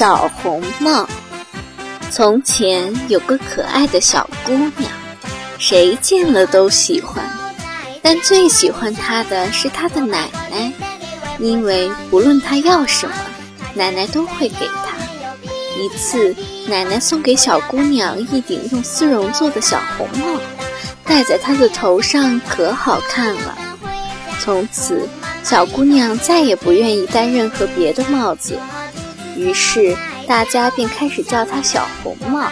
小红帽。从前有个可爱的小姑娘，谁见了都喜欢，但最喜欢她的是她的奶奶，因为不论她要什么，奶奶都会给她。一次，奶奶送给小姑娘一顶用丝绒做的小红帽，戴在她的头上可好看了。从此，小姑娘再也不愿意戴任何别的帽子，于是大家便开始叫她小红帽。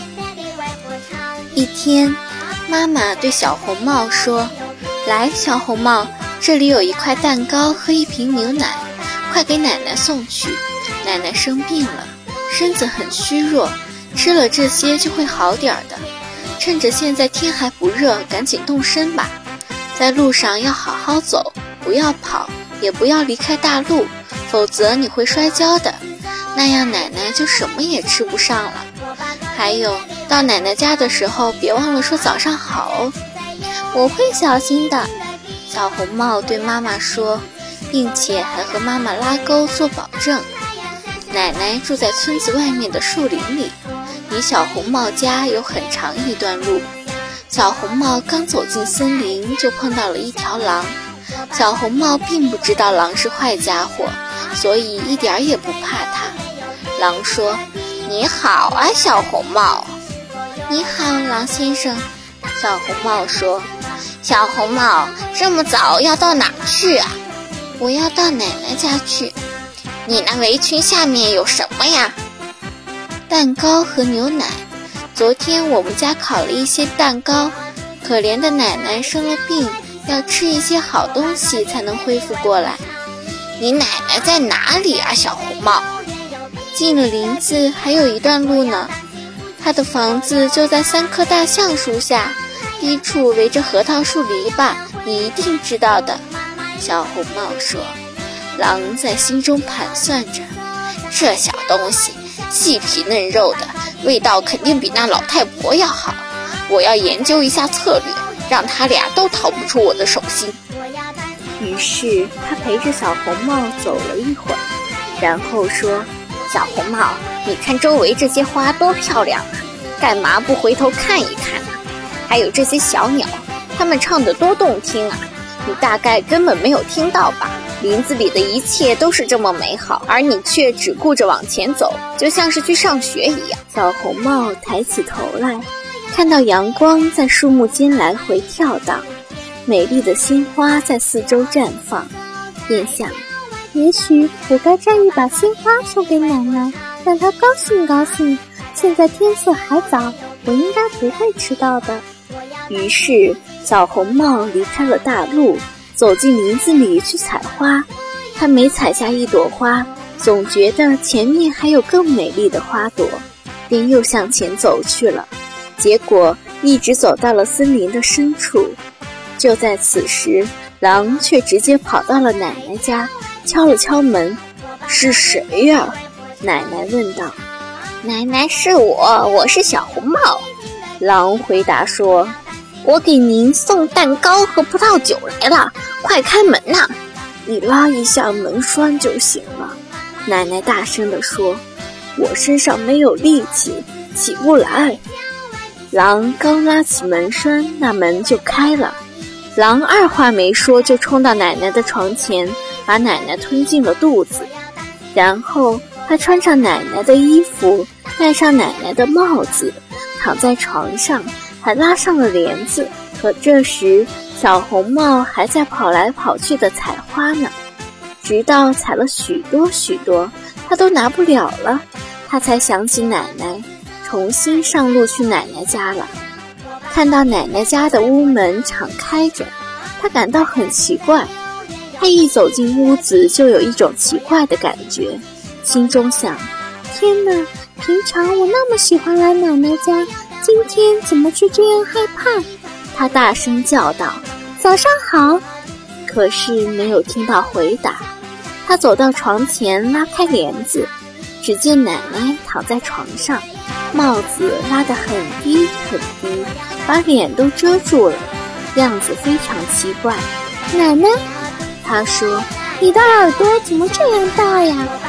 一天，妈妈对小红帽说：“来，小红帽，这里有一块蛋糕和一瓶牛奶，快给奶奶送去。奶奶生病了，身子很虚弱，吃了这些就会好点的。趁着现在天还不热，赶紧动身吧。在路上要好好走，不要跑，也不要离开大路，否则你会摔跤的。那样奶奶就什么也吃不上了。还有，到奶奶家的时候，别忘了说早上好哦。”“我会小心的。”小红帽对妈妈说，并且还和妈妈拉钩做保证。奶奶住在村子外面的树林里，离小红帽家有很长一段路。小红帽刚走进森林，就碰到了一条狼。小红帽并不知道狼是坏家伙，所以一点也不怕它。狼说：“你好啊，小红帽。”“你好，狼先生。”小红帽说。“小红帽，这么早要到哪去啊？”“我要到奶奶家去。”“你那围裙下面有什么呀？”“蛋糕和牛奶。昨天我们家烤了一些蛋糕，可怜的奶奶生了病，要吃一些好东西才能恢复过来。”“你奶奶在哪里啊，小红帽？”“进了林子还有一段路呢，她的房子就在3棵大橡树下，低处围着核桃树篱笆，你一定知道的。”小红帽说。狼在心中盘算着，这小东西细皮嫩肉的，味道肯定比那老太婆要好。我要研究一下策略，让他俩都逃不出我的手心。于是他陪着小红帽走了一会儿，然后说：“小红帽，你看周围这些花多漂亮啊，干嘛不回头看一看呢？还有这些小鸟，它们唱得多动听啊！你大概根本没有听到吧？林子里的一切都是这么美好，而你却只顾着往前走，就像是去上学一样。”小红帽抬起头来，看到阳光在树木间来回跳荡，美丽的鲜花在四周绽放，便想，也许我该摘一把鲜花送给奶奶，让她高兴高兴。现在天色还早，我应该不会迟到的。于是小红帽离开了大路，走进林子里去采花。他每采下一朵花，总觉得前面还有更美丽的花朵，便又向前走去了。结果一直走到了森林的深处。就在此时，狼却直接跑到了奶奶家，敲了敲门。“是谁呀？”奶奶问道。“奶奶，是我是小红帽。”狼回答说。“我给您送蛋糕和葡萄酒来了，快开门呐！”“你拉一下门栓就行了。”奶奶大声地说。“我身上没有力气，起不来。”狼刚拉起门栓，那门就开了。狼二话没说就冲到奶奶的床前，把奶奶吞进了肚子。然后他穿上奶奶的衣服，戴上奶奶的帽子，躺在床上，还拉上了帘子。可这时小红帽还在跑来跑去的采花呢，直到采了许多许多，他都拿不了了，他才想起奶奶，重新上路去奶奶家了。看到奶奶家的屋门敞开着，他感到很奇怪。他一走进屋子，就有一种奇怪的感觉，心中想：天哪，平常我那么喜欢来奶奶家，今天怎么却这样害怕？他大声叫道：“早上好！”可是没有听到回答。他走到床前，拉开帘子，只见奶奶躺在床上，帽子拉得很低很低，把脸都遮住了，样子非常奇怪。“奶奶，”他说，“你的耳朵怎么这样大呀？”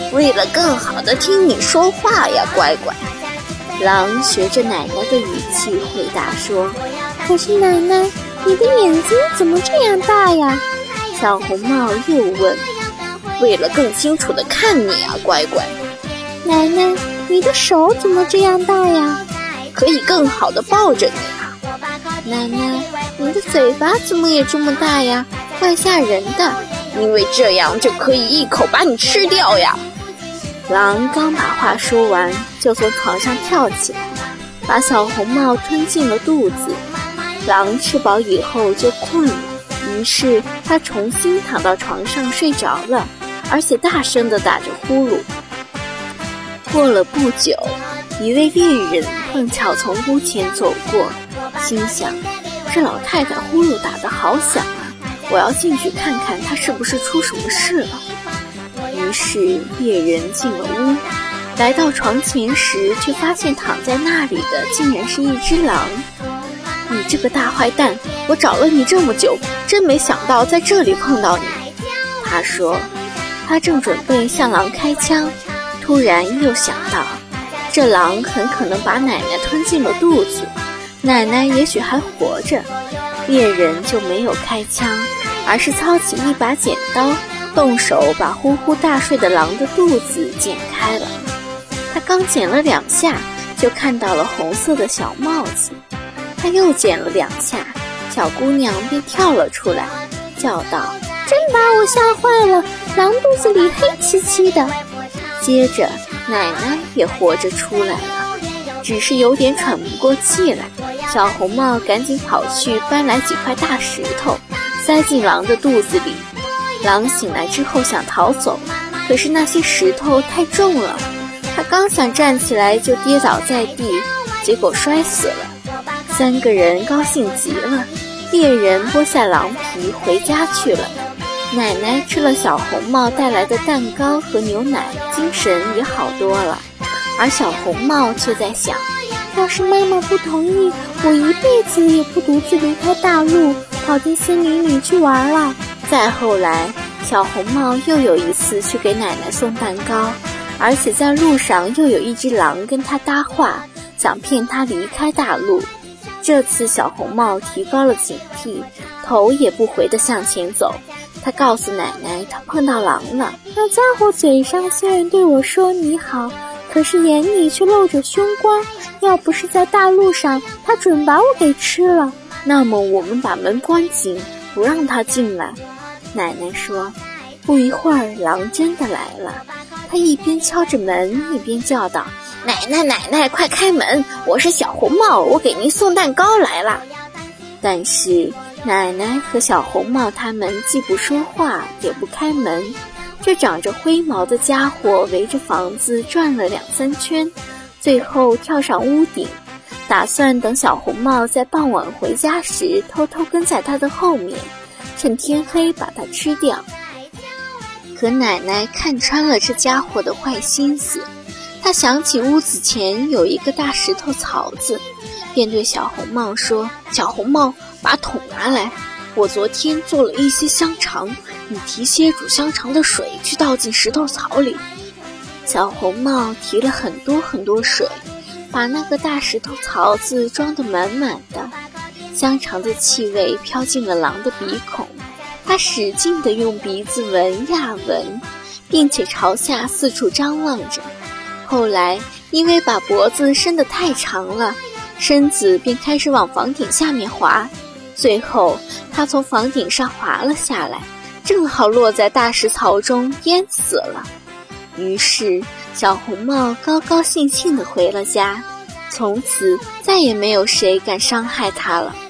为了更好的听你说话呀，乖乖。狼学着奶奶的语气回答说， 可是奶奶，你的眼睛怎么这样大呀？ 小红帽又问，为了更清楚地看你啊，乖乖。 奶奶，你的手怎么这样大呀？ 可以更好地抱着你啊。 奶奶，你的嘴巴怎么也这么大呀？怪吓人的， 因为这样就可以一口把你吃掉呀。狼刚把话说完，就从床上跳起来，把小红帽吞进了肚子。狼吃饱以后就困了，于是他重新躺到床上睡着了，而且大声地打着呼噜。过了不久，一位猎人碰巧从屋前走过，心想，这老太太呼噜打得好响啊，我要进去看看她是不是出什么事了。于是猎人进了屋，来到床前时，却发现躺在那里的竟然是一只狼。你这个大坏蛋，我找了你这么久，真没想到在这里碰到你。他说，他正准备向狼开枪，突然又想到，这狼很可能把奶奶吞进了肚子，奶奶也许还活着。猎人就没有开枪，而是操起一把剪刀，动手把呼呼大睡的狼的肚子剪开了。他刚剪了2下，就看到了红色的小帽子。他又剪了2下，小姑娘便跳了出来，叫道， 真把我吓坏了，狼肚子里黑漆漆的。 接着奶奶也活着出来了，只是有点喘不过气来。小红帽赶紧跑去搬来几块大石头，塞进狼的肚子里。狼醒来之后想逃走，可是那些石头太重了，他刚想站起来就跌倒在地，结果摔死了。3个人高兴极了，猎人剥下狼皮回家去了。奶奶吃了小红帽带来的蛋糕和牛奶，精神也好多了。而小红帽却在想， 要是妈妈不同意，我一辈子也不独自离开大陆，跑进森林里去玩了。 再后来，小红帽又有一次去给奶奶送蛋糕，而且在路上又有一只狼跟他搭话，想骗他离开大陆。这次小红帽提高了警惕，头也不回地向前走。他告诉奶奶，他碰到狼了。 那家伙嘴上虽然对我说你好，可是眼里却露着凶光，要不是在大路上，他准把我给吃了。 那么我们把门关紧，不让他进来。奶奶说。不一会儿，狼真的来了。他一边敲着门，一边叫道，奶奶奶奶，快开门，我是小红帽，我给您送蛋糕来了。但是奶奶和小红帽他们既不说话，也不开门。这长着灰毛的家伙围着房子转了2-3圈，最后跳上屋顶，打算等小红帽在傍晚回家时偷偷跟在他的后面，趁天黑把他吃掉。可奶奶看穿了这家伙的坏心思，她想起屋子前有一个大石头槽子，便对小红帽说，小红帽，把桶拿来，我昨天做了一些香肠，你提些煮香肠的水去倒进石头槽里。小红帽提了很多很多水，把那个大石头槽子装得满满的，香肠的气味飘进了狼的鼻孔，他使劲地用鼻子闻呀闻，并且朝下四处张望着。后来因为把脖子伸得太长了，身子便开始往房顶下面滑，最后他从房顶上滑了下来，正好落在大石槽中，淹死了。于是小红帽高高兴兴地回了家，从此再也没有谁敢伤害他了。